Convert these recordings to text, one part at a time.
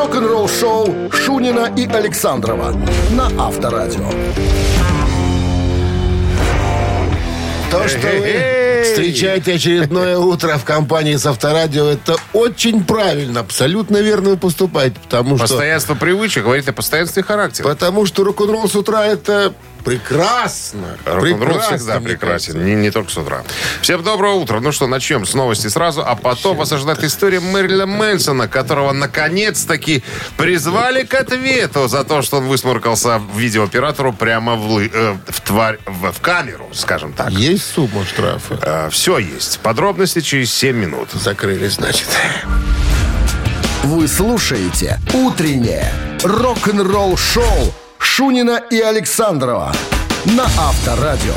Рок-н-ролл-шоу Шунина и Александрова на Авторадио. То, что вы встречаете очередное утро в компании с Авторадио, это очень правильно, абсолютно верно вы поступаете, потому что... Постоянство привычек говорит о постоянстве характера. Потому что рок-н-ролл с утра это прекрасно. Рок-н-ролл всегда прекрасен, не только с утра. Всем доброго утра. Ну что, начнем с новости сразу, а потом вас ожидает история Мэрилина Мэнсона, которого наконец-таки призвали к ответу за то, что он высморкался видеооператору прямо в камеру, скажем так. Есть сумма штрафа? Все есть. Подробности через 7 минут. Закрыли, значит. Вы слушаете «Утреннее рок-н-ролл-шоу» Шунина и Александрова на Авторадио.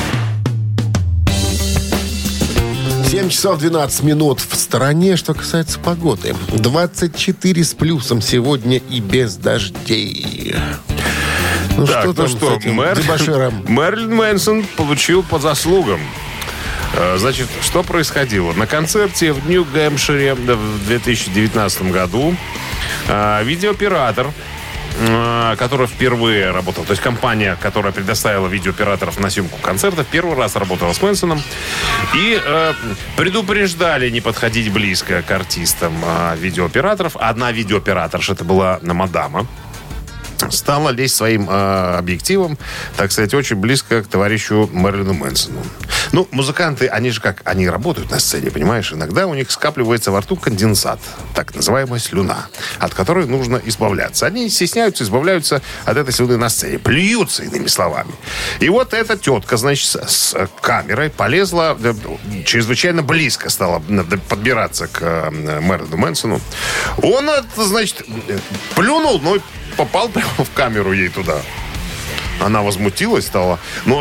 7 часов 12 минут в стороне. Что касается погоды. 24 с плюсом сегодня и без дождей. Ну Так, что там ну что, с этим дебоширом? Мэрилин Мэнсон получил по заслугам. Значит, что происходило? На концерте в Нью-Гэмпшире в 2019 году видеооператор, который впервые работал, то есть компания, которая предоставила видеооператоров на съемку концерта, первый раз работала с Мэнсоном, и предупреждали не подходить близко к артистам видеооператоров. Одна видеооператорша, это была мадама, стала лезть своим объективом, так сказать, очень близко к товарищу Мэрилину Мэнсону. Ну, музыканты, они же как, они работают на сцене, понимаешь? Иногда у них скапливается во рту конденсат, так называемая слюна, от которой нужно избавляться. Они стесняются, избавляются от этой слюны на сцене, плюются, иными словами. И вот эта тетка, значит, с камерой полезла, чрезвычайно близко стала подбираться к Мэрилину Мэнсону. Он, значит, плюнул, но попал прямо в камеру ей туда. Она возмутилась, стала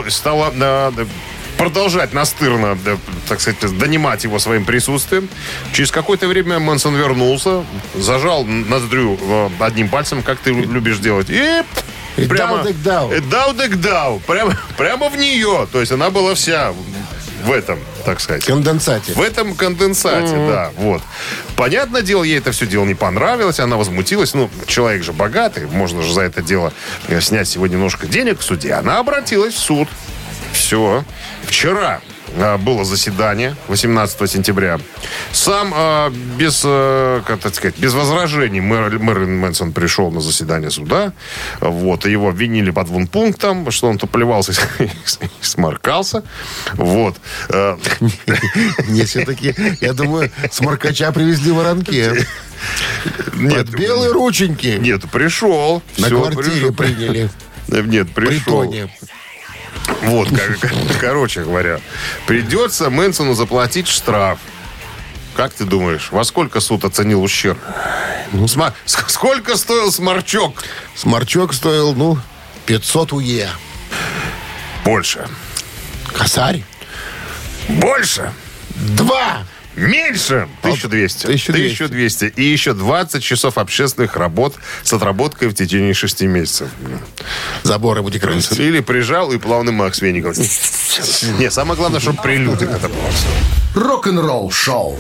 продолжать настырно, так сказать, донимать его своим присутствием. Через какое-то время Мэнсон вернулся, зажал ноздрю одним пальцем, как ты любишь делать, и прямо... Дау-дек-дау. Прямо в нее. То есть она была вся в этом, так сказать. Конденсате. В этом конденсате, да. Вот. Понятное дело, ей это все дело не понравилось, она возмутилась. Ну, человек же богатый, можно же за это дело снять сегодня немножко денег в суде. Она обратилась в суд. Все. Вчера было заседание, 18 сентября. Сам без возражений Мэрилин Мэнсон пришел на заседание суда. Вот, и его обвинили по 2 пунктам, что он туплевался и сморкался. Вот. Не, все-таки, я думаю, сморкача привезли в воронке. Нет, под белые рученьки. Нет, пришел. На квартире приняли. Нет, пришел. Притоне. Вот, короче говоря, придется Мэнсону заплатить штраф. Как ты думаешь, во сколько суд оценил ущерб? Сколько стоил сморчок? Сморчок стоил, 500 УЕ. Больше. Косарь? Больше. 2. Меньше. 1200. 1200. И еще 20 часов общественных работ с отработкой в течение 6 месяцев. Заборы будет красить. Или прижал и плавный Макс Веников. Не, самое главное, чтобы прилюдно это было. Рок-н-ролл-шоу.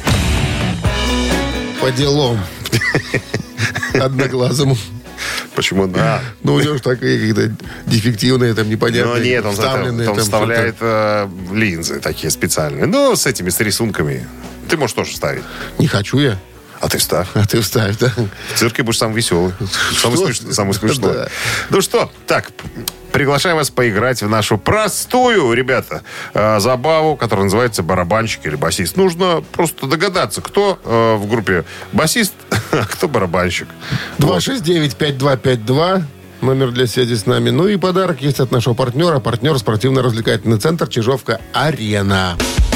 По делам. Одноглазому. Почему? Да. У него же такие какие-то дефективные, там непонятные. Ну, нет, он вставленные, вставляет линзы такие специальные. С этими, с рисунками. Ты можешь тоже ставить. Не хочу я. А ты вставь. А ты вставь, да. В цирке будешь самый веселый. Самый смешной. Да. Ну что, так, приглашаем вас поиграть в нашу простую, ребята, забаву, которая называется барабанщик или басист. Нужно просто догадаться, кто в группе басист, а кто барабанщик. 269-5252. Номер для связи с нами. Ну и подарок есть от нашего партнера. Партнер спортивно-развлекательный центр «Чижовка-Арена».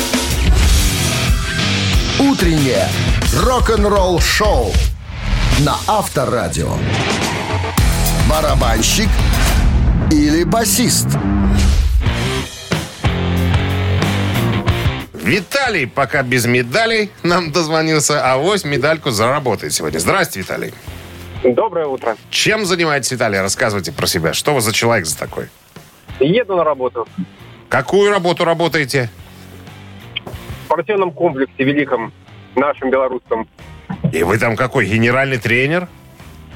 Утреннее рок-н-ролл-шоу на Авторадио. Барабанщик или басист? Виталий пока без медалей нам дозвонился, а авось медальку заработает сегодня. Здрасте, Виталий. Доброе утро. Чем занимаетесь, Виталий? Рассказывайте про себя. Что вы за человек за такой? Еду на работу. Какую работу работаете? В спортивном комплексе великом, нашем белорусском. И вы там какой, генеральный тренер?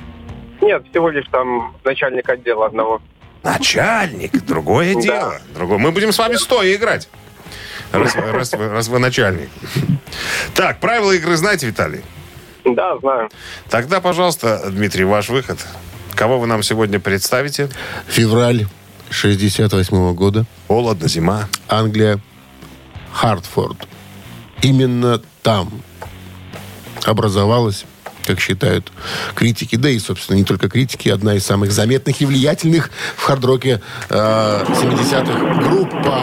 Нет, всего лишь там начальник отдела одного. Начальник, другое дело. Другое. Мы будем с вами стоя играть. Раз вы начальник. Так, правила игры знаете, Виталий? Да, знаю. Тогда, пожалуйста, Дмитрий, ваш выход. Кого вы нам сегодня представите? Февраль 68 года. Холодно, зима. Англия. Хартфорд. Именно там образовалась, как считают критики, да и, собственно, не только критики, одна из самых заметных и влиятельных в хард-роке 70-х группа.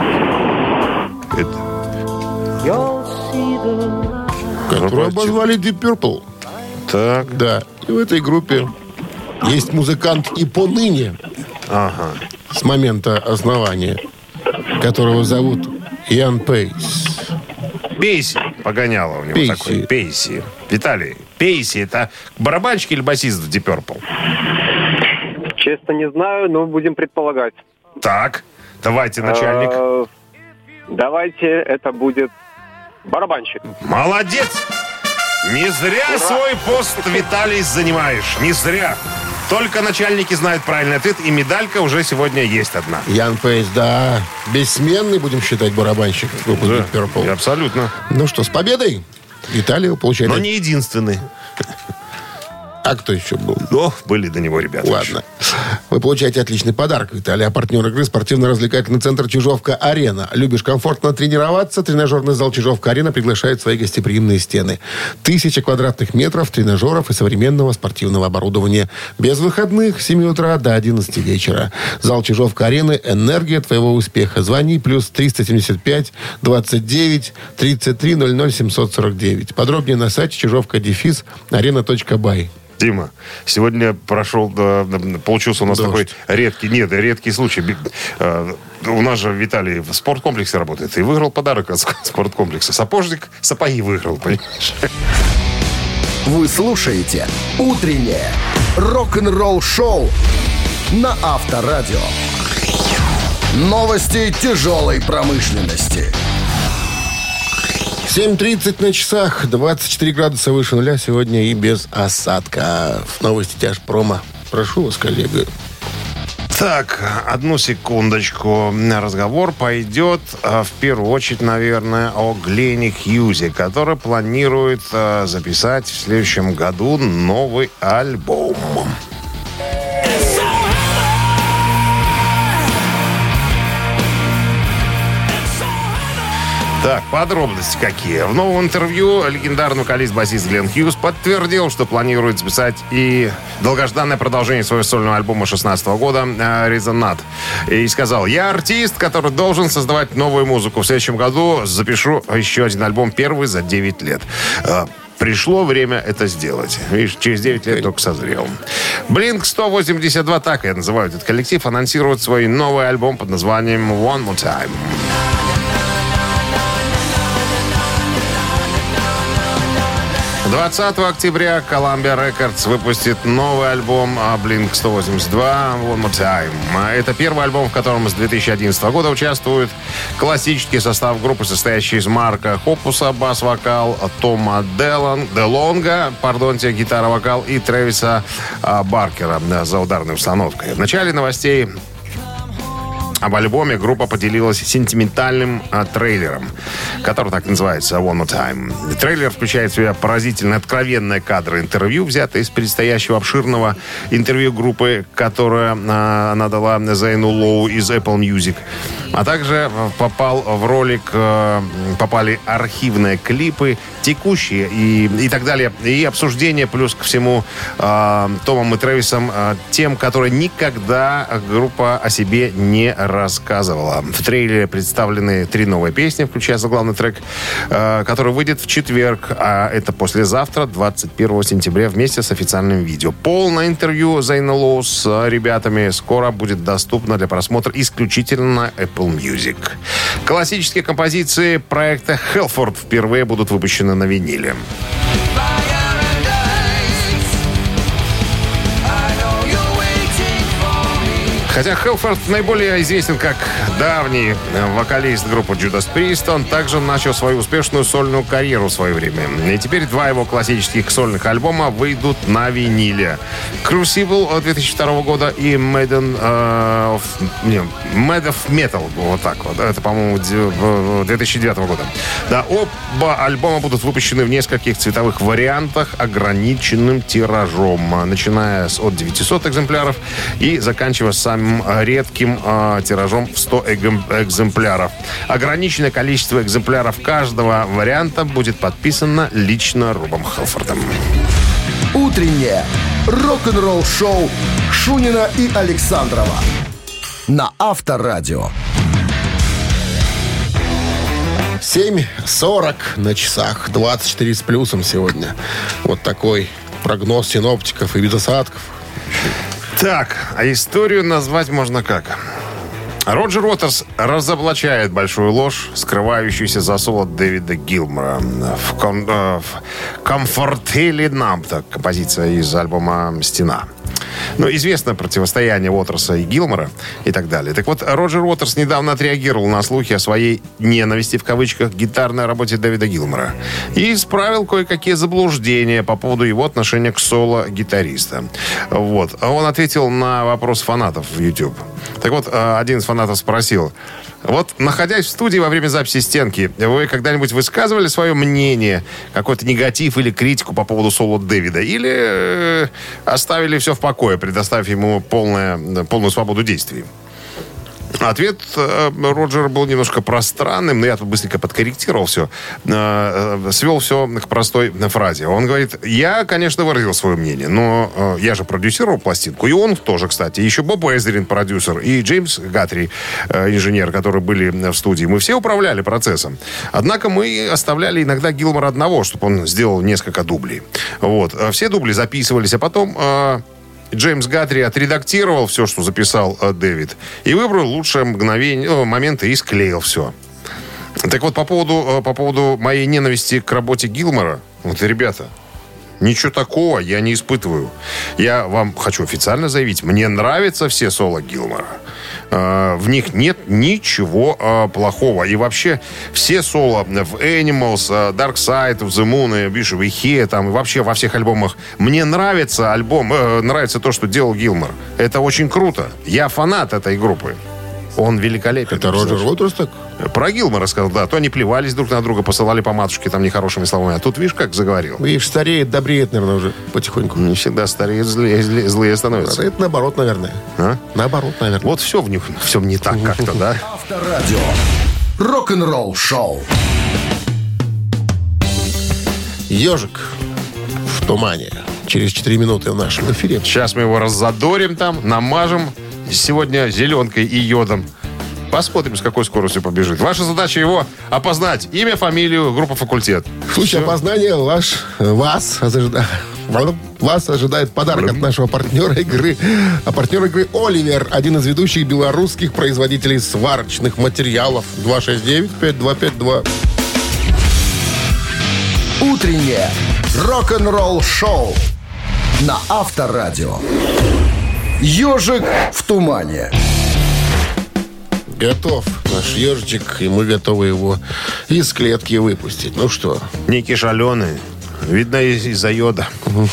Которую обозвали Deep Purple. Так. Да. И в этой группе есть музыкант и поныне, с момента основания, которого зовут Ян Пейс. Пейси. Погоняло у него Пейси. такой. Пейси. Виталий, Пейси — это барабанщик или басист в Deep Purple? Честно не знаю, но будем предполагать. Так, давайте, начальник. Давайте, это будет барабанщик. Молодец! Не зря свой пост, Виталий, занимаешь. Не зря. Только начальники знают правильный ответ, и медалька уже сегодня есть одна. Ян Пейс, да. Бессменный, будем считать, барабанщик группы Deep Purple. Абсолютно. Ну что, с победой! Виталий получает... Но не единственный. А кто еще был? Но были до него ребята. Ладно. Вы получаете отличный подарок, Виталий. А партнер игры — спортивно-развлекательный центр «Чижовка-Арена». Любишь комфортно тренироваться? Тренажерный зал «Чижовка-Арена» приглашает в свои гостеприимные стены. 1000 квадратных метров тренажеров и современного спортивного оборудования. Без выходных с 7 утра до 11 вечера. Зал «Чижовка-Арены» — энергия твоего успеха. Звони +3 375 29 33 00 749. Подробнее на сайте чижовка-арена.бай. Дима, сегодня получился у нас такой редкий случай. У нас же Виталий в спорткомплексе работает и выиграл подарок от спорткомплекса. Сапожник сапоги выиграл, понимаешь? Вы слушаете «Утреннее рок-н-ролл-шоу» на Авторадио. Новости тяжелой промышленности. 7:30 на часах, 24 градуса выше нуля сегодня и без осадков. Новости тяжпрома. Прошу вас, коллега. Так, одну секундочку. Разговор пойдет в первую очередь, наверное, о Гленне Хьюзе, который планирует записать в следующем году новый альбом. Так, подробности какие. В новом интервью легендарный вокалист-басист Глен Хьюз подтвердил, что планирует записать и долгожданное продолжение своего сольного альбома 2016 года «Резонат». И сказал: «Я артист, который должен создавать новую музыку. В следующем году запишу еще один альбом, первый за 9 лет». Пришло время это сделать. Видишь, через 9 лет только созрел. Blink-182, так и называют этот коллектив, анонсирует свой новый альбом под названием «One More Time». 20 октября Columbia Records выпустит новый альбом Blink-182 «One More Time». Это первый альбом, в котором с 2011 года участвует классический состав группы, состоящий из Марка Хоппуса, бас-вокал, Тома Делонга, гитара-вокал, и Трэвиса Баркера за ударной установкой. В начале новостей об альбоме группа поделилась сентиментальным трейлером, который так называется «One More Time». Трейлер включает в себя поразительно откровенные кадры интервью, взятые из предстоящего обширного интервью группы, которое она дала Зейну Лоу из Apple Music. А также попали архивные клипы, текущие и так далее, и обсуждения, плюс ко всему Томом и Трэвисом, тем, которые никогда группа о себе не рассказывала. В трейлере представлены 3 новые песни, включая заглавный трек, который выйдет в четверг, а это послезавтра, 21 сентября, вместе с официальным видео. Полное интервью Зейна Лоу с ребятами скоро будет доступно для просмотра исключительно на Apple Music. Классические композиции проекта Halford впервые будут выпущены на виниле. Хотя Хелфорд наиболее известен как давний вокалист группы Judas Priest, он также начал свою успешную сольную карьеру в свое время. И теперь 2 его классических сольных альбома выйдут на виниле. Crucible 2002 года и Mad of Metal. Вот так вот. Это, по-моему, 2009 года. Да, оба альбома будут выпущены в нескольких цветовых вариантах ограниченным тиражом, начиная от 900 экземпляров и заканчивая самым редким тиражом в 100 экземпляров. Ограниченное количество экземпляров каждого варианта будет подписано лично Робом Хелфордом. Утреннее рок-н-ролл-шоу Шунина и Александрова на Авторадио. 7:40 на часах. 24 с плюсом сегодня. Вот такой прогноз синоптиков и без осадков. Так, а историю назвать можно как? Роджер Уотерс разоблачает большую ложь, скрывающуюся за соло Дэвида Гилмора. В «Comfortably Numb», композиция из альбома «Стена». Ну, известно противостояние Уотерса и Гилмора и так далее. Так вот, Роджер Уотерс недавно отреагировал на слухи о своей «ненависти» в кавычках гитарной работе Дэвида Гилмора и исправил кое-какие заблуждения по поводу его отношения к соло-гитариста. Вот. Он ответил на вопрос фанатов в YouTube. Так вот, один из фанатов спросил: вот, находясь в студии во время записи «Стенки», вы когда-нибудь высказывали свое мнение, какой-то негатив или критику по поводу соло Дэвида? Или оставили все в покое, предоставив ему полную свободу действий? Ответ Роджера был немножко пространным, но я тут быстренько подкорректировал все. Свел все к простой фразе. Он говорит: я, конечно, выразил свое мнение, но я же продюсировал пластинку. И он тоже, кстати. Еще Боб Эзрин, продюсер, и Джеймс Гатри, инженер, которые были в студии. Мы все управляли процессом. Однако мы оставляли иногда Гилмора одного, чтобы он сделал несколько дублей. Вот. Все дубли записывались, а потом... Джеймс Гатри отредактировал все, что записал Дэвид, и выбрал лучшие моменты и склеил все. Так вот, по поводу моей ненависти к работе Гилмора, вот, ребята, ничего такого я не испытываю. Я вам хочу официально заявить, мне нравятся все соло Гилмора. В них нет ничего плохого. И вообще все соло в Animals, Dark Side of the Moon, Wish We Here, там, и вообще во всех альбомах. Мне нравится нравится то, что делал Гилмор. Это очень круто. Я фанат этой группы. Он великолепен. Это Роджер Уотерс так? Про Гилмора сказал, да. То они плевались друг на друга, посылали по матушке там нехорошими словами. А тут, видишь, как заговорил. Видишь, стареет, добреет, наверное, уже потихоньку. Не всегда стареет, злые становятся. Это наоборот, наверное. А? Наоборот, наверное. Вот все в них, все не так как-то, да? Авторадио. Рок-н-ролл-шоу. «Ежик в тумане». Через 4 минуты в нашем эфире. Сейчас мы его раззадорим там, намажем сегодня зеленкой и йодом. Посмотрим, с какой скоростью побежит. Ваша задача его опознать. Имя, фамилию, группа, факультет. В случае опознания вас ожидает подарок от нашего партнера игры. А партнер игры «Оливер», один из ведущих белорусских производителей сварочных материалов. 269-5252. Утреннее рок-н-ролл-шоу на Авторадио. «Ежик в тумане». Готов наш ежичек, и мы готовы его из клетки выпустить. Ну что? Не кишаленый. Видно из-за йода.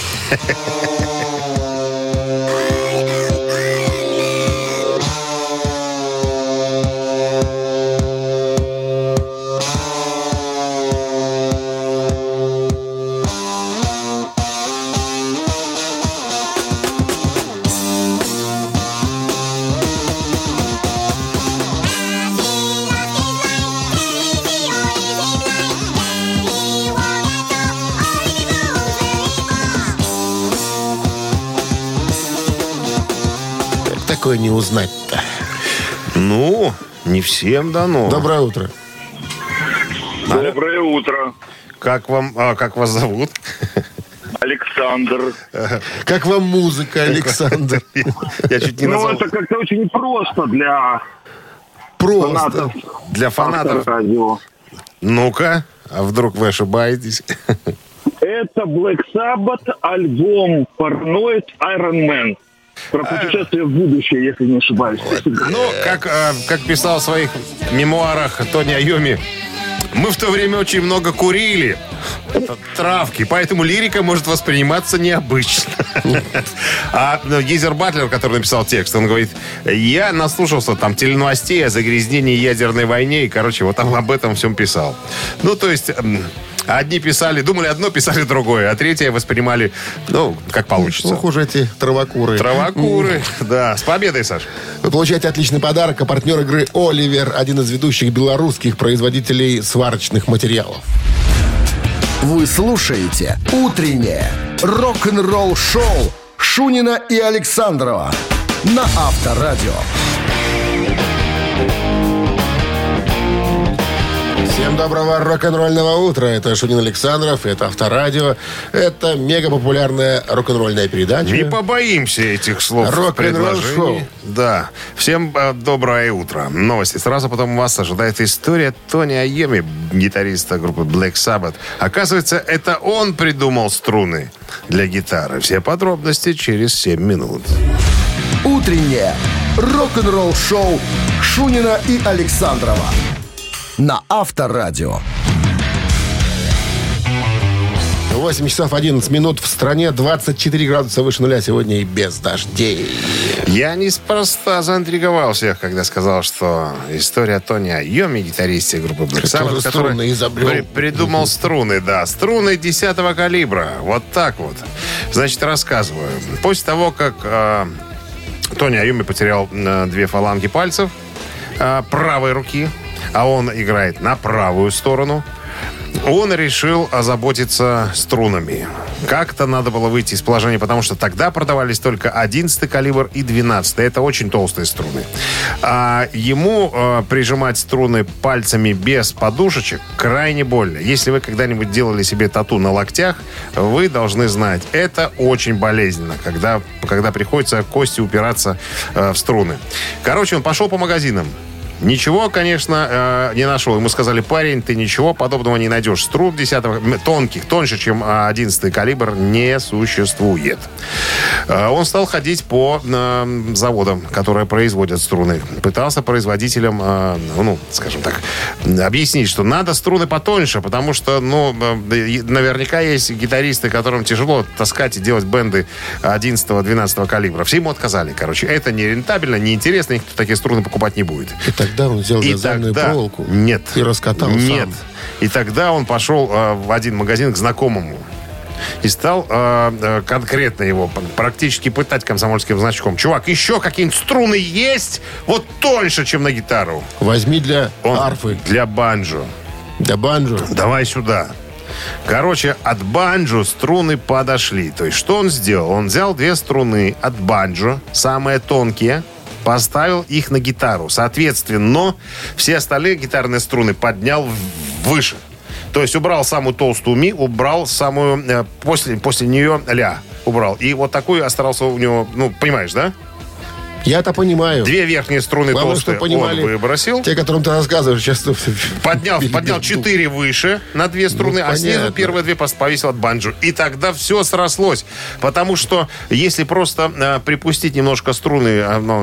Такое не узнать-то. Ну, не всем дано. Доброе утро. Доброе утро. Как вас зовут? Александр. Как вам музыка, Александр? Я чуть не назвал. Это как-то очень просто для Просто. фанатов. Для фанатов. Авторадио. Ну-ка, а вдруг вы ошибаетесь? Это Black Sabbath, альбом Paranoid Iron Man. Про путешествие в будущее, если не ошибаюсь. Ну, как писал в своих мемуарах Тони Айоми, мы в то время очень много курили травки, поэтому лирика может восприниматься необычно. А Гизер Батлер, который написал текст, он говорит, я наслушался там теленовостей о загрязнении ядерной войне, и, короче, вот там об этом всем писал. Ну, то есть... Одни писали, думали одно, писали другое, а третье воспринимали, ну, как получится. Ну, хуже эти травокуры. Травокуры, да. С победой, Саш. Вы получаете отличный подарок, а партнер игры «Оливер», один из ведущих белорусских производителей сварочных материалов. Вы слушаете «Утреннее рок-н-ролл-шоу» Шунина и Александрова на Авторадио. Всем доброго рок-н-ролльного утра. Это Шунин Александров, это Авторадио. Это мегапопулярная рок-н-ролльная передача. Не побоимся этих слов. Рок-н-ролл-шоу. Да. Всем доброе утро. Новости. Сразу потом вас ожидает история Тони Айоми, гитариста группы Black Sabbath. Оказывается, это он придумал струны для гитары. Все подробности через 7 минут. Утреннее рок-н-ролл-шоу Шунина и Александрова на Авторадио. 8 часов 11 минут в стране, 24 градуса выше нуля сегодня и без дождей. Я неспроста заинтриговал всех, когда сказал, что история Тони Айоми, гитаристе группы Black Sabbath, который придумал струны, да, струны 10-го калибра. Вот так вот. Значит, рассказываю. После того, как Тони Айоми потерял 2 фаланги пальцев правой руки, а он играет на правую сторону, он решил озаботиться струнами. Как-то надо было выйти из положения, потому что тогда продавались только 11-й калибр и 12-й. Это очень толстые струны. А ему прижимать струны пальцами без подушечек крайне больно. Если вы когда-нибудь делали себе тату на локтях, вы должны знать, это очень болезненно, когда приходится кости упираться в струны. Короче, он пошел по магазинам. Ничего, конечно, не нашел. Ему сказали, парень, ты ничего подобного не найдешь. Струн 10-го, тонких, тоньше, чем 11-й калибр, не существует. Он стал ходить по заводам, которые производят струны. Пытался производителям, скажем так, объяснить, что надо струны потоньше, потому что, наверняка есть гитаристы, которым тяжело таскать и делать бенды 11-го, 12-го калибра. Все ему отказали, короче. Это не рентабельно, не интересно, никто такие струны покупать не будет. Тогда он взял вязальную проволоку и раскатал Нет. сам. И тогда он пошел в один магазин к знакомому и стал конкретно его практически пытать комсомольским значком. Чувак, еще какие-нибудь струны есть? Вот тоньше, чем на гитару. Возьми для арфы. Для банджо. Для банджо? Давай сюда. Короче, от банджо струны подошли. То есть, что он сделал? Он взял 2 струны от банджо, самые тонкие, поставил их на гитару. Соответственно, все остальные гитарные струны поднял выше. То есть убрал самую толстую ми, убрал самую... После нее ля убрал. И вот такой остался у него... понимаешь, да? Я-то понимаю. 2 верхние струны толстые он выбросил. Те, которым ты рассказываешь, сейчас... Поднял 4 выше на 2 струны, а снизу первые 2 повесил от банджо. И тогда все срослось. Потому что если просто припустить немножко струны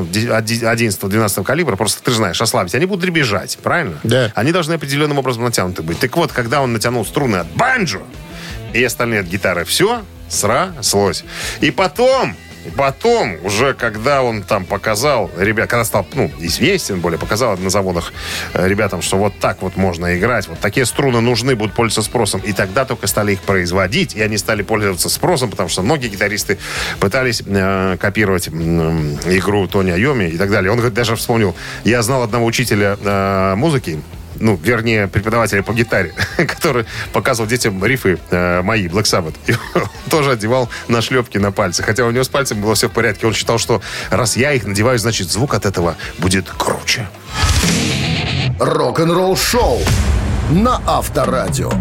11-12 калибра, просто, ты же знаешь, ослабить, они будут дребезжать, правильно? Да. Они должны определенным образом натянуты быть. Так вот, когда он натянул струны от банджо и остальные от гитары, все срослось. И потом, уже когда он там показал, когда стал известен, более показал на заводах ребятам, что вот так вот можно играть, вот такие струны нужны, будут пользоваться спросом. И тогда только стали их производить, и они стали пользоваться спросом, потому что многие гитаристы пытались копировать игру Тони Айоми и так далее. Он даже вспомнил, я знал одного учителя музыки, вернее, преподавателя по гитаре, который показывал детям рифы мои, Black Sabbath. И он тоже одевал нашлепки на пальцы. Хотя у него с пальцем было все в порядке. Он считал, что раз я их надеваю, значит, звук от этого будет круче. Рок-н-ролл-шоу на Авторадио.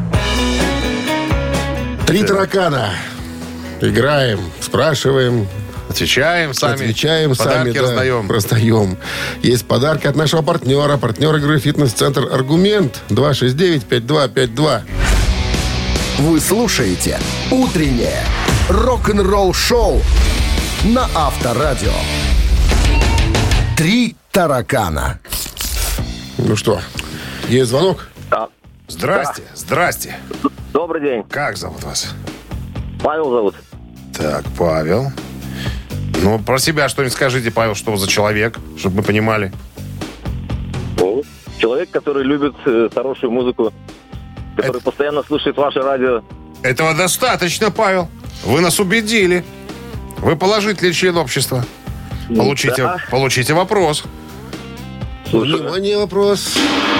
3 таракана. Играем, спрашиваем. Отвечаем сами. Подарки раздаем. Есть подарки от нашего партнера. Партнер игры «Фитнес-центр Аргумент». 269-5252. Вы слушаете «Утреннее рок-н-ролл-шоу» на Авторадио. «Три таракана». Ну что, есть звонок? Да. Здрасте, здрасте. Добрый день. Как зовут вас? Павел зовут. Так, Павел. Ну, про себя что-нибудь скажите, Павел, что вы за человек, чтобы мы понимали. Ну, человек, который любит хорошую музыку, который постоянно слушает ваше радио. Этого достаточно, Павел. Вы нас убедили. Вы положительный член общества. Получите вопрос. Слушаю. Внимание, вопрос.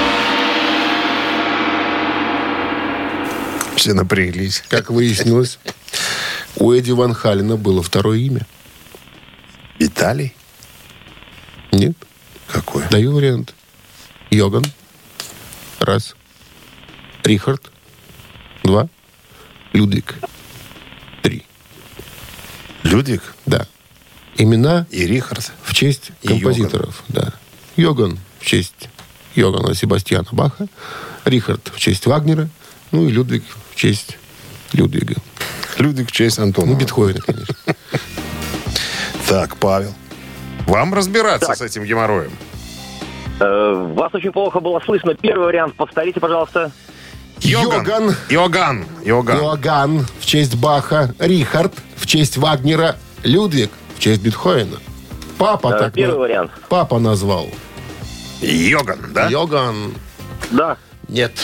Все напряглись. Как выяснилось, у Эдди Ван Халена было второе имя. Виталий? Нет? Какой? Даю вариант. Йоган. Раз. Рихард. Два. Людвиг. Три. Людвиг? Да. Имена И Рихард? в честь И композиторов. Да. Йоган в честь Йогана Себастьяна Баха. Рихард в честь Вагнера. Ну и Людвиг в честь Людвига. Людвиг в честь Антона. Ну, Бетховена, конечно. Так, Павел. Вам разбираться с этим геморроем. Вас очень плохо было слышно. Первый вариант повторите, пожалуйста. Йоган. Иоганн в честь Баха. Рихард в честь Вагнера. Людвиг в честь Бетховена. Папа так Первый вариант. Папа назвал. Йоган, да? Йоган. Да. Нет.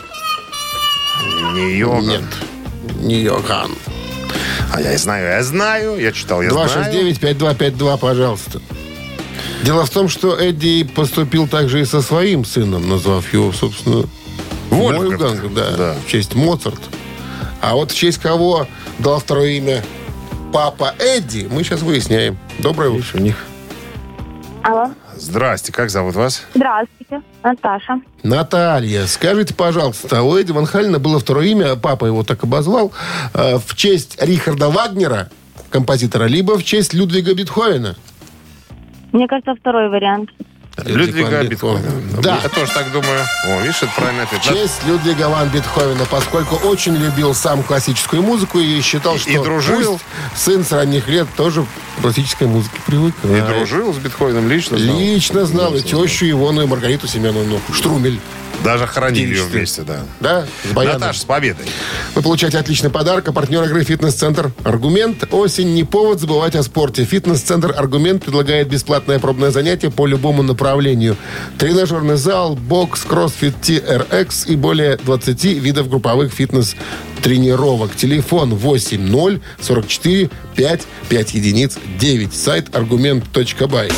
Не Йоган. Нет. Не Йоган. А я знаю. Я читал, я знаю. 269-5252, пожалуйста. Дело в том, что Эдди поступил также и со своим сыном, назвав его, собственно, Вольфганг. да, в честь Моцарт. А вот в честь кого дал второе имя папа Эдди, мы сейчас выясняем. Доброе утро. У них. Алло. Здрасте, как зовут вас? Здравствуйте, Наташа. Наталья, скажите, пожалуйста, у Эдди Ван Халена было второе имя, папа его так обозвал, в честь Рихарда Вагнера, композитора, либо в честь Людвига Бетховена? Мне кажется, второй вариант. Людвига Бетховена. Да. Я тоже так думаю. О, видишь, это правильный ответ. В честь Людвига ван Бетховена, поскольку очень любил сам классическую музыку и считал, что дружил. пусть сын с ранних лет тоже к классической музыке привык. И дружил с Бетховеном, лично знал. Лично знал. И тещу Ивону и Маргариту Семеновну Штрумель. Даже хоронили ее Девичество. вместе, да. Да, с баяном. Наташа, с победой. Вы получаете отличный подарок. А партнер игры «Фитнес-центр Аргумент». Осень не повод забывать о спорте. «Фитнес-центр Аргумент» предлагает бесплатное пробное занятие по любому направлению. Тренажерный зал, бокс, кроссфит, TRX и более 20 видов групповых фитнес-тренировок. Телефон 8044 55 единиц 9. Сайт argument.by.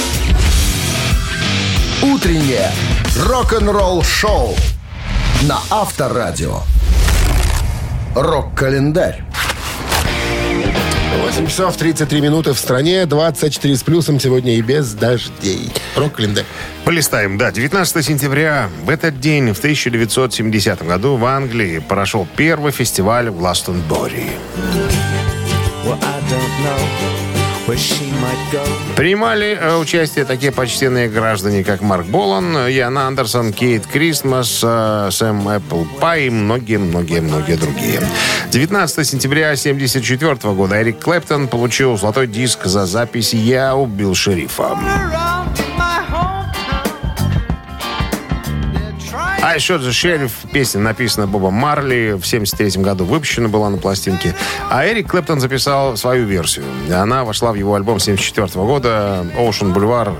Утреннее рок-н-ролл-шоу на Авторадио. Рок-календарь. 8 часов 33 минуты в стране, 24 с плюсом сегодня и без дождей. Рок-календарь. Полистаем, да. 19 сентября. В этот день, в 1970 году, в Англии прошел первый фестиваль в Гластонбори. Принимали участие такие почтенные граждане, как Марк Болан, Ян Андерсон, Кейт Крисмас, Сэм Эпплпай и многие-многие другие. 19 сентября 1974 года Эрик Клэптон получил золотой диск за запись «Я убил шерифа». А еще «The Sheriff», песня написана Бобом Марли, в 1973 году выпущена была на пластинке. А Эрик Клэптон записал свою версию. Она вошла в его альбом 1974 года «Ocean Boulevard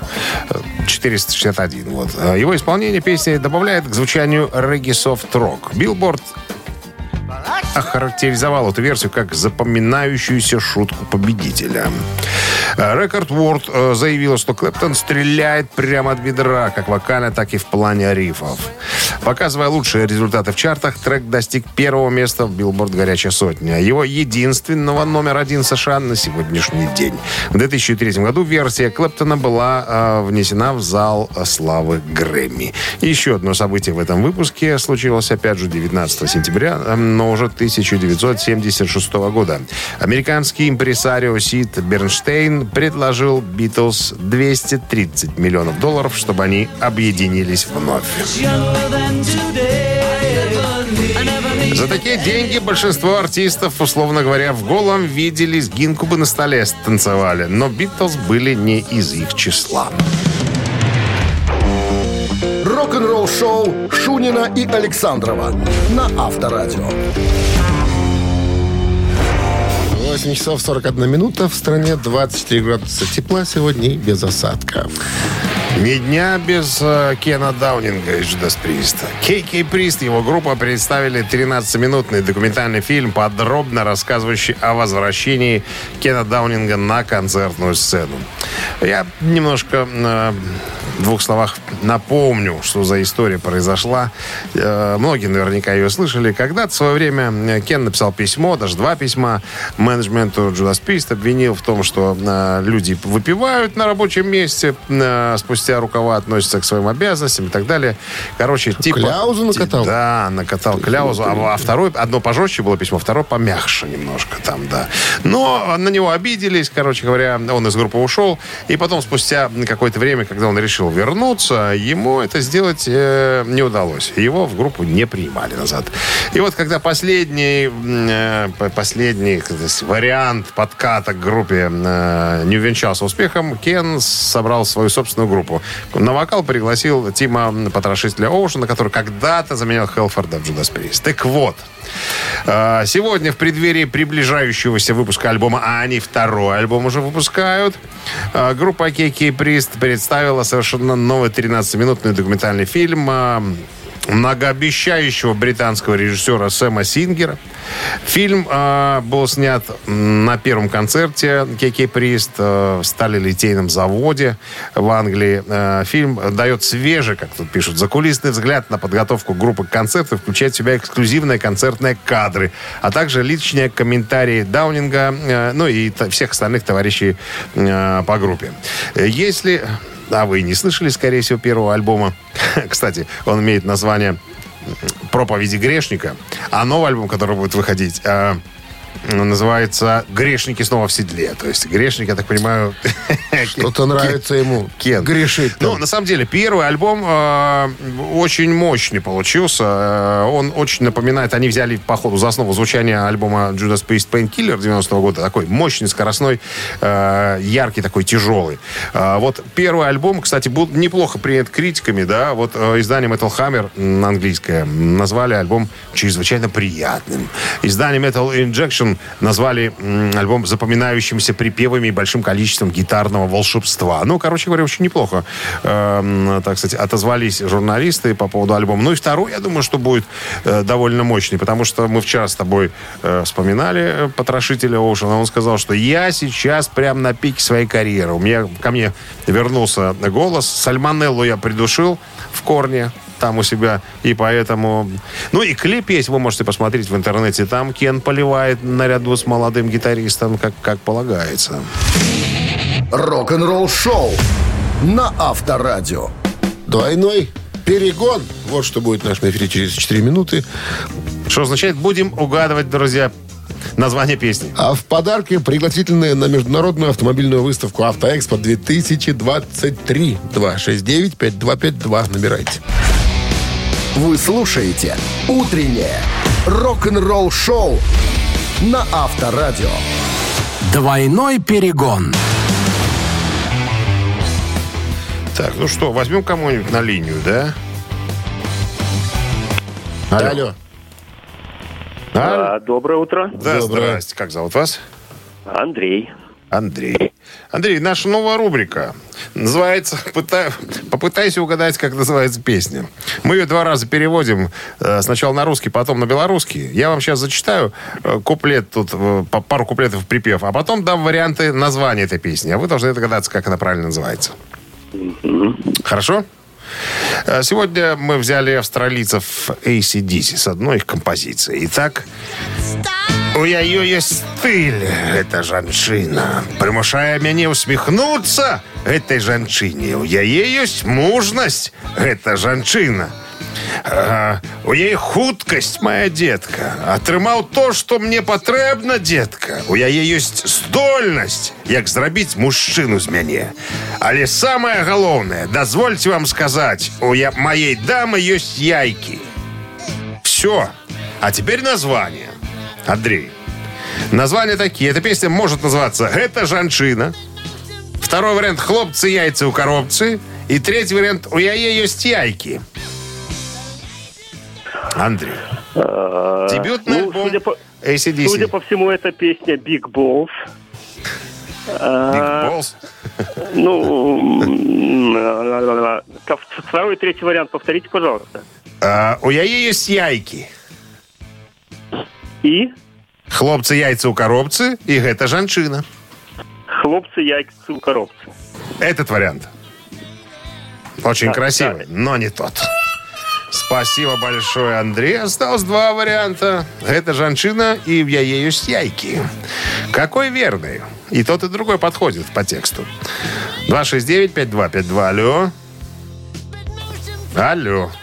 461». Вот. Его исполнение песни добавляет к звучанию регги-софт-рок. Билборд охарактеризовал эту версию как запоминающуюся шутку победителя. Record World заявила, что Клэптон стреляет прямо от бедра, как вокально, так и в плане рифов. Показывая лучшие результаты в чартах, трек достиг первого места в Billboard «Горячая сотня», его единственного номер один США на сегодняшний день. В 2003 году версия Клэптона была внесена в зал славы Грэмми. Еще одно событие в этом выпуске случилось, опять же, 19 сентября, но уже 1976 года. Американский импресарио Сид Бернштейн предложил Битлз $230 миллионов, чтобы они объединились вновь. За такие деньги большинство артистов, условно говоря, в голом виде лезгинку бы на столе станцевали. Но Битлз были не из их числа. Рок-н-ролл-шоу Шунина и Александрова на Авторадио. 8 часов 41 минута. В стране 24 градуса тепла сегодня и без осадков. Ни дня без Кена Даунинга из Judas Priest. Кей Прист и его группа представили 13-минутный документальный фильм, подробно рассказывающий о возвращении Кена Даунинга на концертную сцену. Я немножко в двух словах напомню, что за история произошла. Многие наверняка ее слышали. Когда-то в свое время Кен написал письмо, даже 2 письма менеджменту Judas Priest, обвинил в том, что люди выпивают на рабочем месте, спустя рукава относятся к своим обязанностям и так далее. Короче, типа... Кляузу накатал? Да, накатал кляузу. А второй, одно пожестче было письмо, второе помягче немножко там, да. Но на него обиделись, короче говоря, он из группы ушел. И потом, спустя какое-то время, когда он решил вернуться, ему это сделать не удалось. Его в группу не принимали назад. И вот когда последний вариант подката к группе не увенчался успехом, Кен собрал свою собственную группу. На вокал пригласил Тима Потрошителя Оушена, который когда-то заменял Хелфорда в Judas Priest. Так вот, сегодня в преддверии приближающегося выпуска альбома, а они второй альбом уже выпускают, группа Кей Прист представила совершенно новый 13-минутный документальный фильм многообещающего британского режиссера Сэма Сингера. Фильм был снят на первом концерте Кей Прист в сталелитейном заводе в Англии. Фильм дает свежий, как тут пишут, закулисный взгляд на подготовку группы к концерту, включает в себя эксклюзивные концертные кадры, а также личные комментарии Даунинга, ну и всех остальных товарищей по группе. Если... А вы не слышали, скорее всего, первого альбома. Кстати, он имеет название «Проповеди грешника». А новый альбом, который будет выходить, называется «Грешники снова в седле». То есть грешник, я так понимаю... Что-то нравится ему грешить. Ну, на самом деле, первый альбом очень мощный получился. Он очень напоминает... Они взяли, по ходу, за основу звучания альбома Judas Priest Painkiller 90-го года. Такой мощный, скоростной, яркий, такой тяжелый. Вот первый альбом, кстати, был неплохо принят критиками, да. Вот издание Metal Hammer английское назвали альбом чрезвычайно приятным. Издание Metal Injection назвали альбом запоминающимся припевами и большим количеством гитарного волшебства. Ну, короче говоря, очень неплохо, так сказать, отозвались журналисты по поводу альбома. Ну и второй, я думаю, что будет довольно мощный, потому что мы вчера с тобой вспоминали Потрошителя Оушена. Он сказал, что я сейчас прям на пике своей карьеры. Ко мне вернулся голос. Сальмонеллу я придушил в корне там у себя, и поэтому... Ну, и клип есть, вы можете посмотреть в интернете. Там Кен поливает наряду с молодым гитаристом, как полагается. Рок-н-ролл-шоу на Авторадио. Двойной перегон. Вот что будет в нашем эфире через 4 минуты. Что означает, будем угадывать, друзья, название песни. А в подарке пригласительные на международную автомобильную выставку «Автоэкспо 2023». 269-5252. Набирайте. Вы слушаете «Утреннее рок-н-ролл-шоу» на Авторадио. Двойной перегон. Так, ну что, возьмем кому-нибудь на линию, да? Алло. Да, доброе утро. Да, Доброе. здрасте. Как зовут вас? Андрей. Андрей. Андрей, наша новая рубрика называется «Попытайся угадать, как называется песня». Мы ее 2 раза переводим. Сначала на русский, потом на белорусский. Я вам сейчас зачитаю куплет, тут пару куплетов припев, а потом дам варианты названия этой песни. А вы должны догадаться, как она правильно называется. Хорошо? Сегодня мы взяли австралийцев AC/DC с одной их композицией. Итак, у яе есть стиль, эта жанчына. Примушае мяне усміхнуцца этой жанчыне. У яе есть мужнасць, эта жанчына. У яе хуткасць, моя детка. Атрымаў то, што мне патрэбна, детка. У яе ёсць здольнасць, як зрабіць мужчыну з мяне. Але самае галоўнае, дазвольце вам сказаць, у маей дамы ёсць яйкі. Все. А теперь название. Андрей. Названия такие. Эта песня может называться «Это жанчина». Второй вариант «Хлопцы, яйца у коробцы». И третий вариант «У я ее стяйки». Андрей. Дебютный альбом AC/DC. Судя по всему, это песня Big Balls. Big Balls? Второй и третий вариант повторите, пожалуйста. «У я ее стяйки». И? «Хлопцы, яйца у коробцы». И «Это жанчина». «Хлопцы, яйца у коробцы». Этот вариант. Очень Да, красивый, да. но не тот. Спасибо большое, Андрей. Осталось два варианта. «Это жанчина» и «Я ею стяйки». Какой верный? И тот, и другой подходит по тексту. 269-5252. Алло. Алло.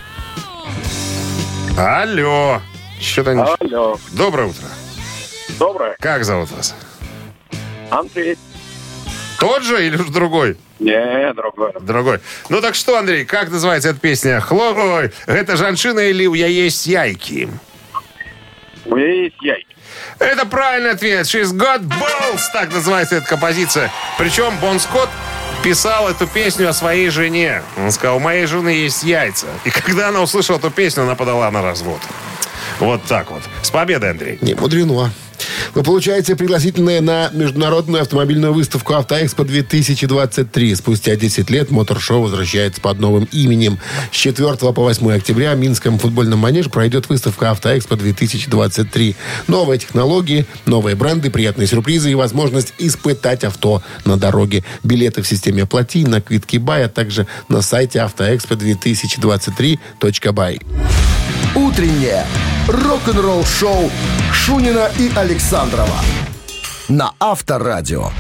Алло. Что-то не... Алло. Доброе утро. Доброе. Как зовут вас? Андрей. Тот же или уж другой? Не, другой. Другой. Ну так что, Андрей, как называется эта песня? Ой, «Это жанчина» или «У я есть яйки»? У меня есть яйки. Это правильный ответ. «She's got balls», так называется эта композиция. Причем Бон Скотт писал эту песню о своей жене. Он сказал: «У моей жены есть яйца». И когда она услышала эту песню, она подала на развод. Вот так вот. С победой, Андрей. Не мудрено. Вы получаете пригласительные на международную автомобильную выставку «Автоэкспо-2023». Спустя 10 лет мотор-шоу возвращается под новым именем. С 4 по 8 октября в Минском футбольном манеже пройдет выставка «Автоэкспо-2023». Новые технологии, новые бренды, приятные сюрпризы и возможность испытать авто на дороге. Билеты в системе «Оплати», на Квитки Бай, а также на сайте автоэкспо2023.бай. Утреннее рок-н-ролл-шоу Шунина и Александрова на Авторадио.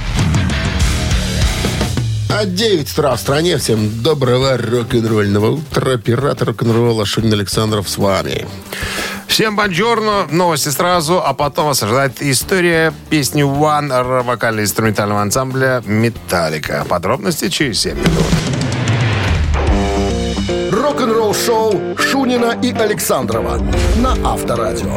А 9 утра в стране. Всем доброго рок-н-ролльного утра. Пират рок-н-ролла Шунин Александров с вами. Всем бонжорно. Новости сразу, а потом вас ожидает история песни «One» вокально-инструментального ансамбля «Металлика». Подробности через 7 минут. Рок-н-ролл-шоу Шунина и Александрова на Авторадио.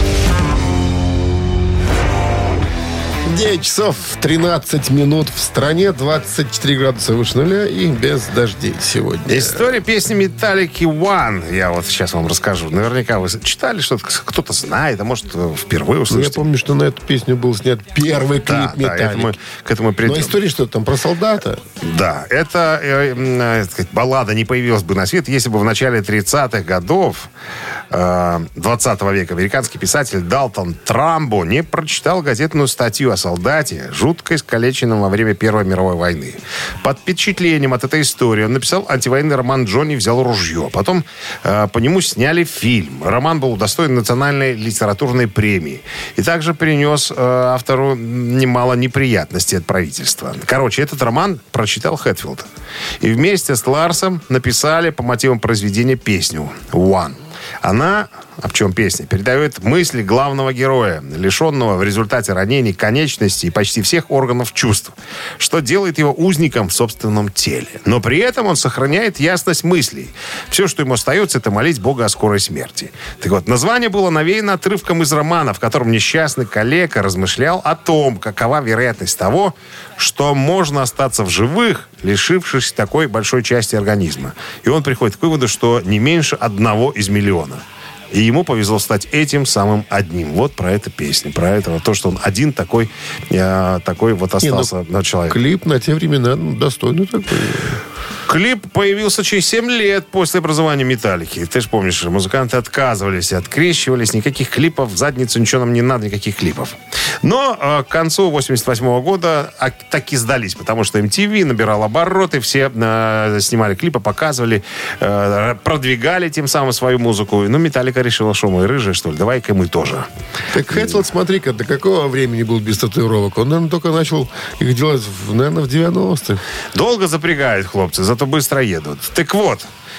9 часов 13 минут в стране, 24 градуса выше нуля и без дождей сегодня. История песни «Металлики One». Я вот сейчас вам расскажу. Наверняка вы читали что-то, кто-то знает, а может, впервые услышите. Я помню, что на эту песню был снят первый клип Да, «Металлики». к этому придем. Но история что-то там про солдата. Да, это баллада не появилась бы на свет, если бы в начале 30-х годов 20 века американский писатель Далтон Трамбо не прочитал газетную статью о солдате, жутко искалеченном во время Первой мировой войны. Под впечатлением от этой истории он написал антивоенный роман «Джонни взял ружье». Потом по нему сняли фильм. Роман был удостоен национальной литературной премии. И также принес автору немало неприятностей от правительства. Короче, этот роман прочитал Хэтфилд. И вместе с Ларсом написали по мотивам произведения песню «One». Она, в чем песня, передает мысли главного героя, лишенного в результате ранений конечностей и почти всех органов чувств, что делает его узником в собственном теле. Но при этом он сохраняет ясность мыслей. Все, что ему остается, это молить Бога о скорой смерти. Так вот, название было навеяно отрывком из романа, в котором несчастный калека размышлял о том, какова вероятность того, что можно остаться в живых, лишившись такой большой части организма. И он приходит к выводу, что не меньше 1 из миллиона. И ему повезло стать этим самым одним. Вот про эту песню, про это, то, что он один такой вот остался человек. Клип на те времена достойный такой. Клип появился через 7 лет после образования «Металлики». Ты же помнишь, музыканты отказывались, открещивались. Никаких клипов, в задницу ничего нам не надо, никаких клипов. Но к концу 88 года таки сдались, потому что MTV набирал обороты, все снимали клипы, показывали, продвигали тем самым свою музыку. Ну, «Металлика» решила, что мы рыжие, что ли, давай-ка мы тоже. Так Хэтфилд, смотри-ка, до какого времени был без татуировок? Он, наверное, только начал их делать, наверное, в 90-х. Долго запрягают хлопцы, зато быстро едут. Так вот,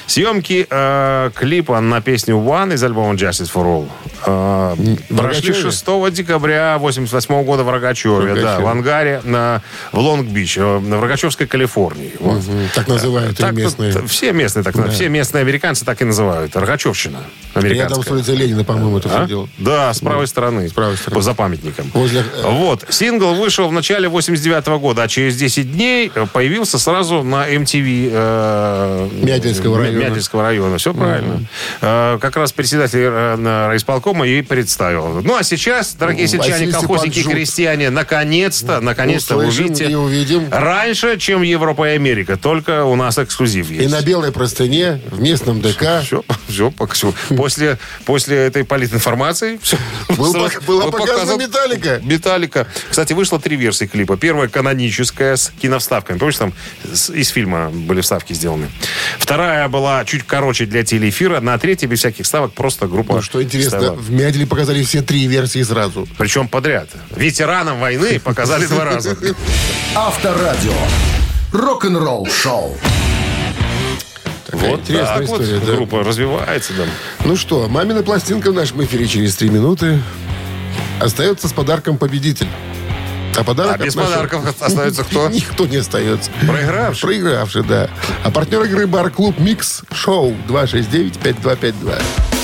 Съемки клипа на песню «One» из альбома «Justice for All» прошли 6 декабря 1988 года в Рогачеве. Да, в ангаре в Лонг-Бич, в Рогачевской Калифорнии. Вот. Так называют и местные. Все местные, все местные американцы так и называют. Рогачевщина американская. Рядом с улицей Ленина, по-моему, это все дело. Да, с правой стороны. За памятником. Вот. Сингл вышел в начале 89 года, а через 10 дней появился сразу на MTV Мядельского района. Все правильно. Как раз председатель райисполкома и представил. Ну, а сейчас, дорогие сельчане, колхозники и крестьяне, наконец-то вы увидите раньше, чем Европа и Америка. Только у нас эксклюзив есть. И на белой простыне, в местном ДК. Все. После этой политинформации была показана Металлика. Кстати, вышло 3 версии клипа. Первая каноническая с киновставками. Помнишь, там из фильма были вставки сделаны. Вторая была чуть короче для телеэфира. На третьей без всяких вставок просто группа. Ну, что интересно, в Мяделе показали все 3 версии сразу. Причем подряд. Ветеранам войны показали 2 раза. Авторадио. Рок-н-ролл шоу. Вот интересная история, да? Группа развивается, да. Ну что, «Мамина пластинка» в нашем эфире через 3 минуты. Остается с подарком победитель. А без подарков остается кто? Никто не остается. Проигравший, да. А партнер игры «Бар-клуб Микс» Шоу 269-5252.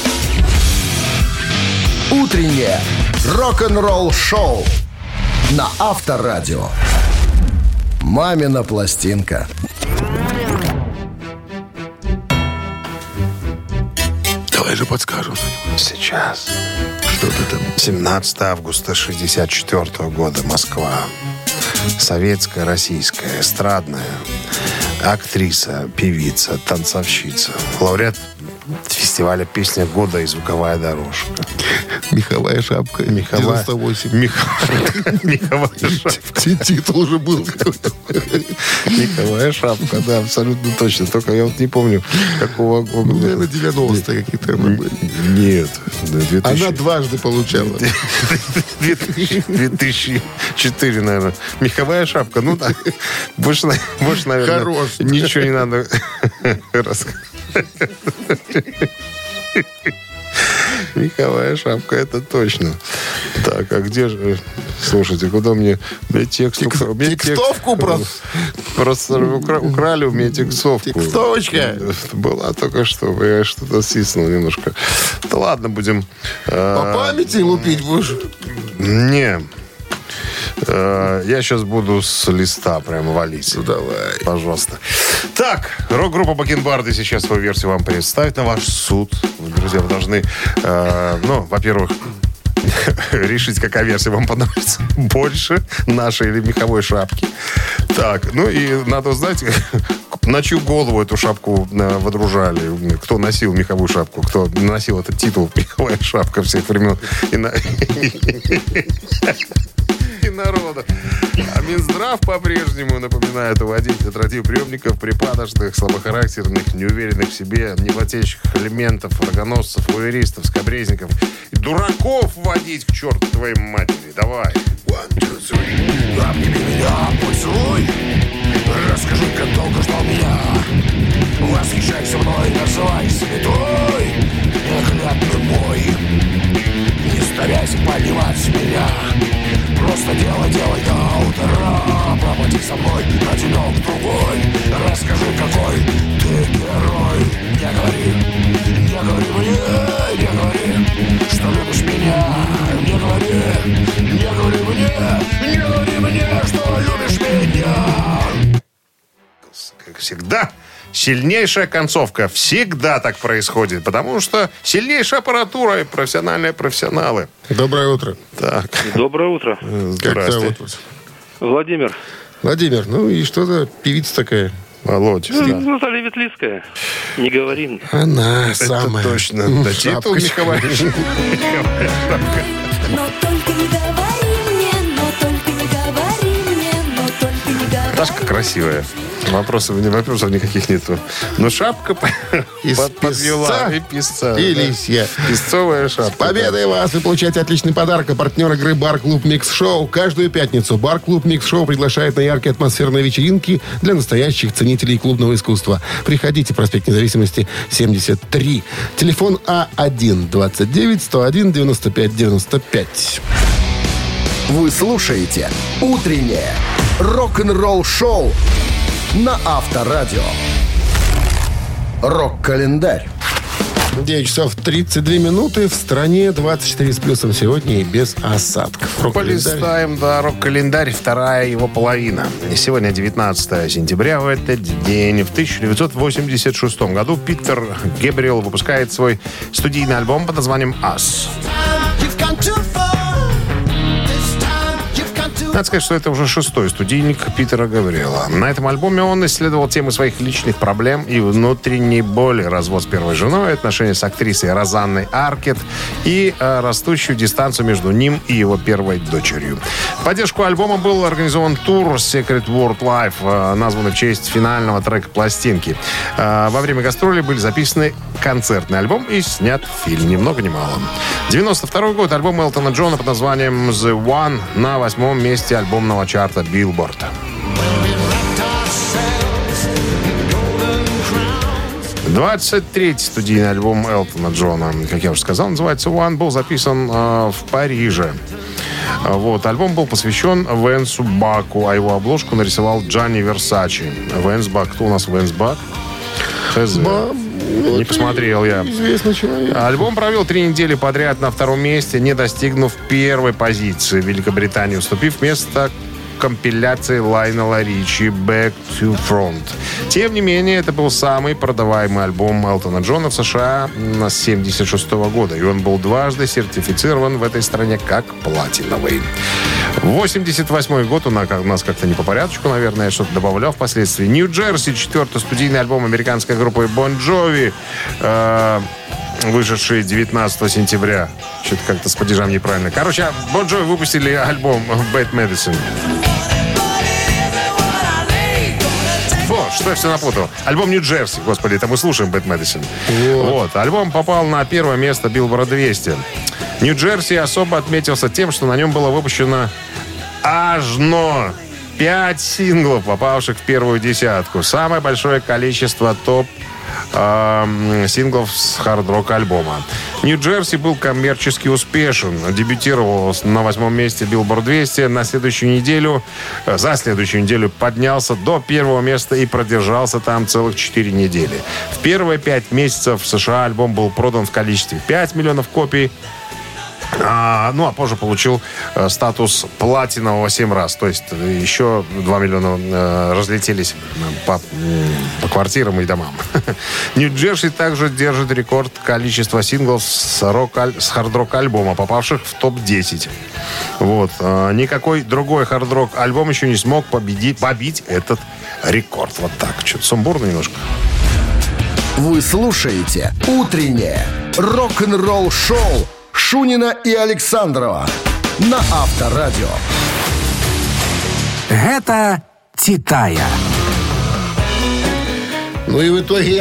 Утреннее рок-н-ролл шоу на Авторадио. «Мамина пластинка». Давай же подскажем. Сейчас. Что-то там. 17 августа 1964 года. Москва. Советская, российская, эстрадная. Актриса, певица, танцовщица. Лауреат фестиваля «Песня года» и «Звуковая дорожка». Меховая шапка. 98. Меховая шапка. Титул уже был. Меховая шапка, да, абсолютно точно. Только я вот не помню, какого года. Наверное, 90-е какие-то были. Нет. Она дважды получала. 2004, наверное. Меховая шапка. Ну да. Больше, наверное, ничего не надо рассказать. Меховая шапка, это точно. Так, а где же... Слушайте, куда мне текстовку? Текстовку просто украли у меня текстовку. Текстовочка. Была только что. Я что-то стиснул немножко. Да ладно, будем... По памяти лупить будешь? Не. Я сейчас буду с листа прямо валить. Ну, давай. Пожалуйста. Так, рок-группа «Бакенбарды» сейчас свою версию вам представит на ваш суд. Друзья, вы должны, во-первых, решить, какая версия вам понравится больше, нашей или меховой шапки. Так, ну и надо узнать, на чью голову эту шапку водружали. Кто носил меховую шапку, кто носил этот титул «Меховая шапка» всех времен. И народа. А Минздрав по-прежнему напоминает уводить от радиоприемников припадочных, слабохарактерных, неуверенных в себе, невладеющих элементов, рогоносцев, луэристов, скабрезников и дураков вводить к черту твоей матери. Давай. 1, 2, 3. Обними меня, поцелуй. Расскажи, как долго ждал меня. Восхищайся мной, называй святой. Неглядный мой. Не старайся поднимать меня. Просто делай до утра. Пропади со мной на денек-другой. Расскажи, какой ты герой. Не говори мне, что любишь меня. Не говори мне, что любишь меня. Как всегда, сильнейшая концовка. Всегда так происходит, потому что сильнейшая аппаратура и профессионалы. Доброе утро. Так. Доброе утро. Как зовут вас? Владимир. Владимир, ну и что за певица такая? Володь. Наталья Ветлицкая. Не говорим. Она самая. Это точно. Да, титул меховая шапка. Но только не говори мне, но только не говори мне, но только не говори. Дашка красивая. Вопросов никаких нету. Но шапка Из подвела. И песца. И лисья. Песцовая шапка. Победой вас! Вы получаете отличный подарок. А партнер игры «Бар-клуб Микс Шоу». Каждую пятницу «Бар-клуб Микс Шоу» приглашает на яркие атмосферные вечеринки для настоящих ценителей клубного искусства. Приходите, проспект Независимости, 73. Телефон А1-29-101-95-95. Вы слушаете «Утреннее рок-н-ролл-шоу» на Авторадио. Рок-календарь. 9 часов 32 минуты. В стране 24 с плюсом сегодня и без осадков. Полистаем, рок-календарь, вторая его половина. Сегодня 19 сентября. В этот день, в 1986 году, Питер Гэбриэл выпускает свой студийный альбом под названием «Us». Надо сказать, что это уже 6-й студийник Питера Гэбриэла. На этом альбоме он исследовал темы своих личных проблем и внутренней боли, развод с первой женой, отношения с актрисой Розанной Аркет и растущую дистанцию между ним и его первой дочерью. В поддержку альбома был организован тур Secret World Live, названный в честь финального трека пластинки. Во время гастролей были записаны концертный альбом и снят фильм, ни много ни мало. 92 год, альбом Элтона Джона под названием «The One» на 8-м месте альбомного чарта Billboard. 23-й студийный альбом Элтона Джона, как я уже сказал, называется «One», был записан в Париже. Альбом был посвящен Венсу Баку, а его обложку нарисовал Джанни Версачи. Венс Бак. Кто у нас Венс Бак? Не посмотрел я. Известный человек. Альбом провел 3 недели подряд на 2-м месте, не достигнув 1-й позиции в Великобритании, уступив место компиляции Лайонела Ричи «Back to Front». Тем не менее, это был самый продаваемый альбом Элтона Джона в США с 1976 года, и он был дважды сертифицирован в этой стране как платиновый. 88 год, у нас как-то не по порядочку, наверное, я что-то добавлял впоследствии. «Нью-Джерси», 4-й студийный альбом американской группы Bon Jovi, вышедший 19 сентября. Что-то как-то с падежами неправильно. Короче, Bon Jovi выпустили альбом «Bad Medicine». Что я все напутал? Альбом «Нью-Джерси», господи, это мы слушаем «Bad Medicine». Альбом попал на 1-е место Billboard 200. «Нью-Джерси» особо отметился тем, что на нем было выпущено аж 5 синглов, попавших в первую десятку. Самое большое количество синглов с хард-рок альбома. «Нью-Джерси» был коммерчески успешен. Дебютировал на 8-м месте Billboard 200. За следующую неделю поднялся до 1-го места и продержался там целых 4 недели. В первые 5 месяцев в США альбом был продан в количестве 5 миллионов копий. А позже получил статус платинового 7 раз. То есть еще 2 миллиона разлетелись по квартирам и домам. «Нью-Джерси» также держит рекорд количества синглов с хард-рок альбома, попавших в топ-10. Никакой другой хард-рок альбом еще не смог побить этот рекорд. Вот так. Что-то сумбурно немножко. Вы слушаете «Утреннее рок-н-ролл-шоу» Шунина и Александрова на Авторадио. Это «Титая». Ну и в итоге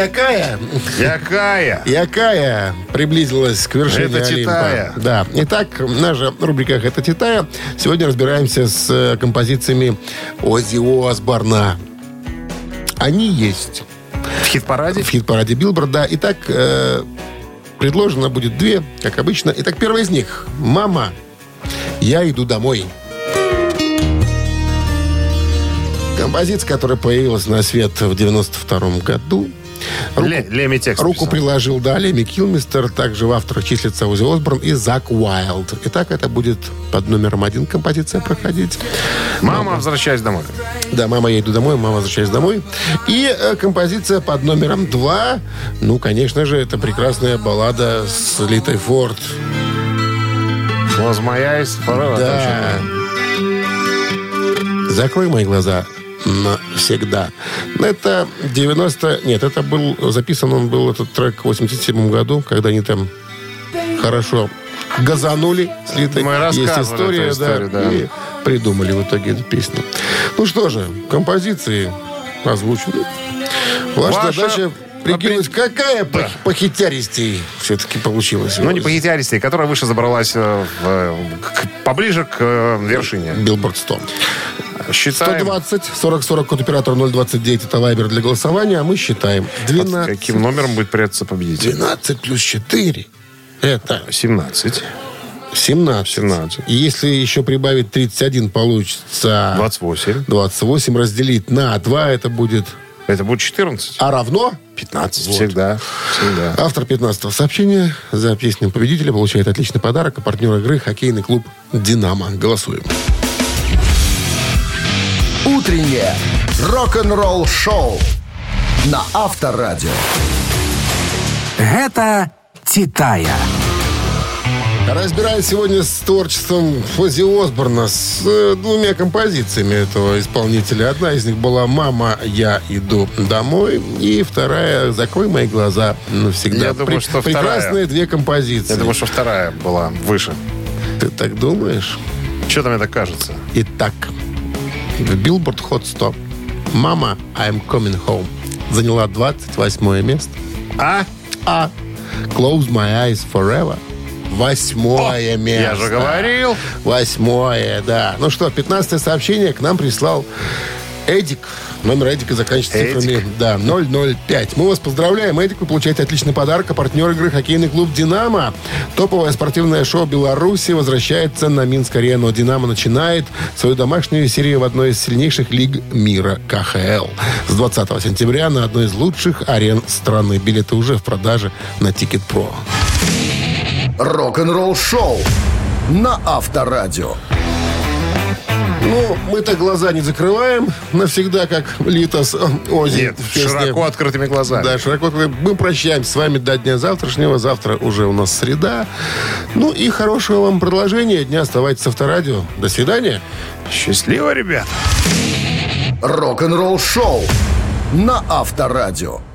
Якая приблизилась к вершине Это Олимпа. «Титая». Да. Итак, наша рубрика «Это Титая». Сегодня разбираемся с композициями Оззи Осборна. Они есть. В хит-параде? В хит-параде Billboard, да. Итак, предложено будет 2, как обычно. Итак, первая из них. «Мама, я иду домой». Композиция, которая появилась на свет в 92 году. Леми текст Руку писал. приложил, да, Леми Килмистер. Также в авторах числится Оззи Осборн и Зак Уайлд. Итак, это будет под номером 1 композиция проходить. «Мама, возвращаюсь домой». Да, «Мама, я иду домой», «Мама, возвращаюсь домой». И композиция под номером 2. Ну, конечно же, это прекрасная баллада с Литой Форд. «Close my eyes forever». Да. «Закрой мои глаза навсегда». Это 90... Нет, это был... Записан он был, этот трек, в 87 году, когда они там хорошо газанули с Литой. Мы Есть рассказывали эту историю, да. И придумали в итоге эту песню. Ну что же, композиции озвучены. Ваша задача прикинуть, какая похитяристей все-таки получилась. Ну, не похитяристей, которая выше забралась поближе к вершине. Билборд 100. Считаем. 120 40 код оператора 029 это вайбер для голосования, а мы считаем 12. Под каким номером будет прятаться победитель? 12 плюс 4 это 17. 17. И если еще прибавить 31, получится 28. 28 разделить на 2, это будет 14. А равно 15. Вот. Всегда. Автор 15-го сообщения за песню победителя получает отличный подарок. А партнер игры — хоккейный клуб «Динамо». Голосуем. Утреннее рок-н-ролл-шоу на Авторадио. Гэта «Титая». Разбираюсь сегодня с творчеством Оззи Осборна, с двумя композициями этого исполнителя. Одна из них была «Мама, я иду домой», и вторая «Закрой мои глаза навсегда». Я думаю, что прекрасные две композиции. Я думаю, что вторая была выше. Ты так думаешь? Что-то мне так кажется. Итак, в Billboard Hot 100 «Мама, I'm coming home» заняла 28 место. А «Close my eyes forever» 8 место. Я же говорил. 8, да. Ну что, 15 сообщение к нам прислал Эдик. Номер Эдика заканчивается цифрами 005. Мы вас поздравляем, Эдик. Вы получаете отличный подарок. А партнер игры — хоккейный клуб «Динамо». Топовое спортивное шоу Беларуси возвращается на Минск-арену. «Динамо» начинает свою домашнюю серию в одной из сильнейших лиг мира — КХЛ. С 20 сентября на одной из лучших арен страны. Билеты уже в продаже на Тикет.Про. Рок-н-ролл-шоу на Авторадио. Ну, мы-то глаза не закрываем навсегда, как Литос Оззи. Нет, широко открытыми глазами. Да, широко открытыми. Мы прощаемся с вами до дня завтрашнего. Завтра уже у нас среда. Ну и хорошего вам продолжения дня. Оставайтесь с Авторадио. До свидания. Счастливо, ребят. Рок-н-ролл-шоу на Авторадио.